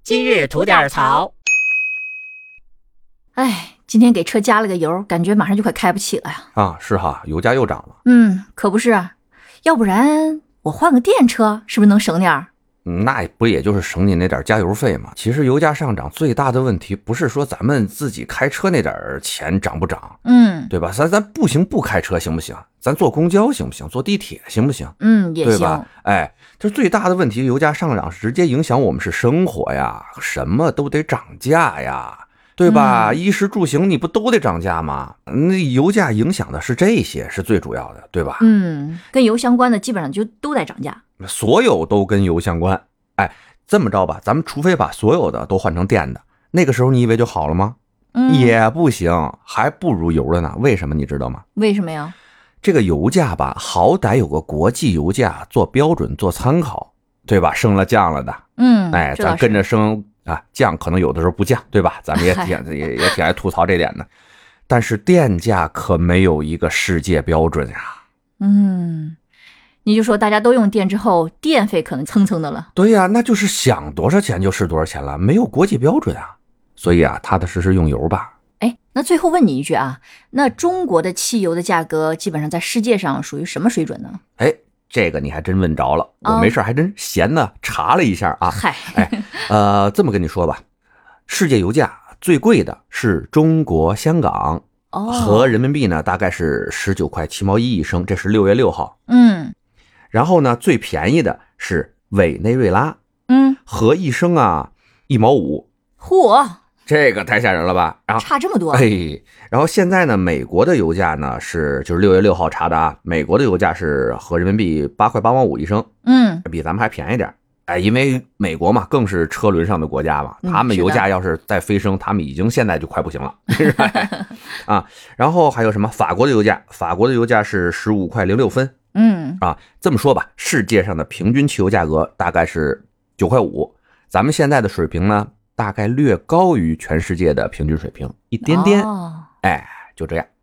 今日吐点槽。 哎，今天给车加了个油，感觉马上就快开不起了呀。 啊，是哈，油价又涨了。 可不是啊，要不然我换个电车，是不是能省点儿？ 那不也就是省你那点加油费吗？其实油价上涨最大的问题不是说咱们自己开车那点钱涨不涨，对吧？咱步行不开车行不行？咱坐公交行不行？坐地铁行不行？ 也行， 对吧？哎，这最大的问题，油价上涨直接影响我们是生活呀，什么都得涨价呀。对吧？衣食住行你不都得涨价吗？那油价影响的是这些，是最主要的，对吧？ 跟油相关的基本上就都得涨价， 所有都跟油相关。哎，这么着吧，咱们除非把所有的都换成电的，那个时候你以为就好了吗？也不行，还不如油的呢。为什么你知道吗？ 为什么呀？ 这个油价吧，好歹有个国际油价做标准做参考，对吧？升了降了的，哎，咱跟着升啊，降可能有的时候不降，对吧？咱们也挺爱吐槽这点的。但是电价可没有一个世界标准呀。 你就说大家都用电之后，电费可能蹭蹭的了。 对呀，那就是想多少钱就是多少钱了，没有国际标准啊。所以啊，踏踏实实用油吧。 哎，那最后问你一句啊，那中国的汽油的价格基本上在世界上属于什么水准呢？ 哎，这个你还真问着了，我没事还真闲呢查了一下啊。这么跟你说吧，世界油价最贵的是中国香港，合人民币呢大概是19块7毛1一升，这是6月6号。然后呢，最便宜的是委内瑞拉，合一升啊1毛5。 嚯，这个太吓人了吧？然后差这么多。 然后现在呢，美国的油价呢就是6月6号查的啊，美国的油价是合人民币8块8毛5一升，比咱们还便宜点。哎，因为美国嘛，更是车轮上的国家嘛，他们油价要是再飞升，他们已经现在就快不行了，啊。然后还有什么法国的油价？法国的油价是15块06分，这么说吧，世界上的平均汽油价格大概是9块5，咱们现在的水平呢，大概略高于全世界的平均水平一点点，哎，就这样。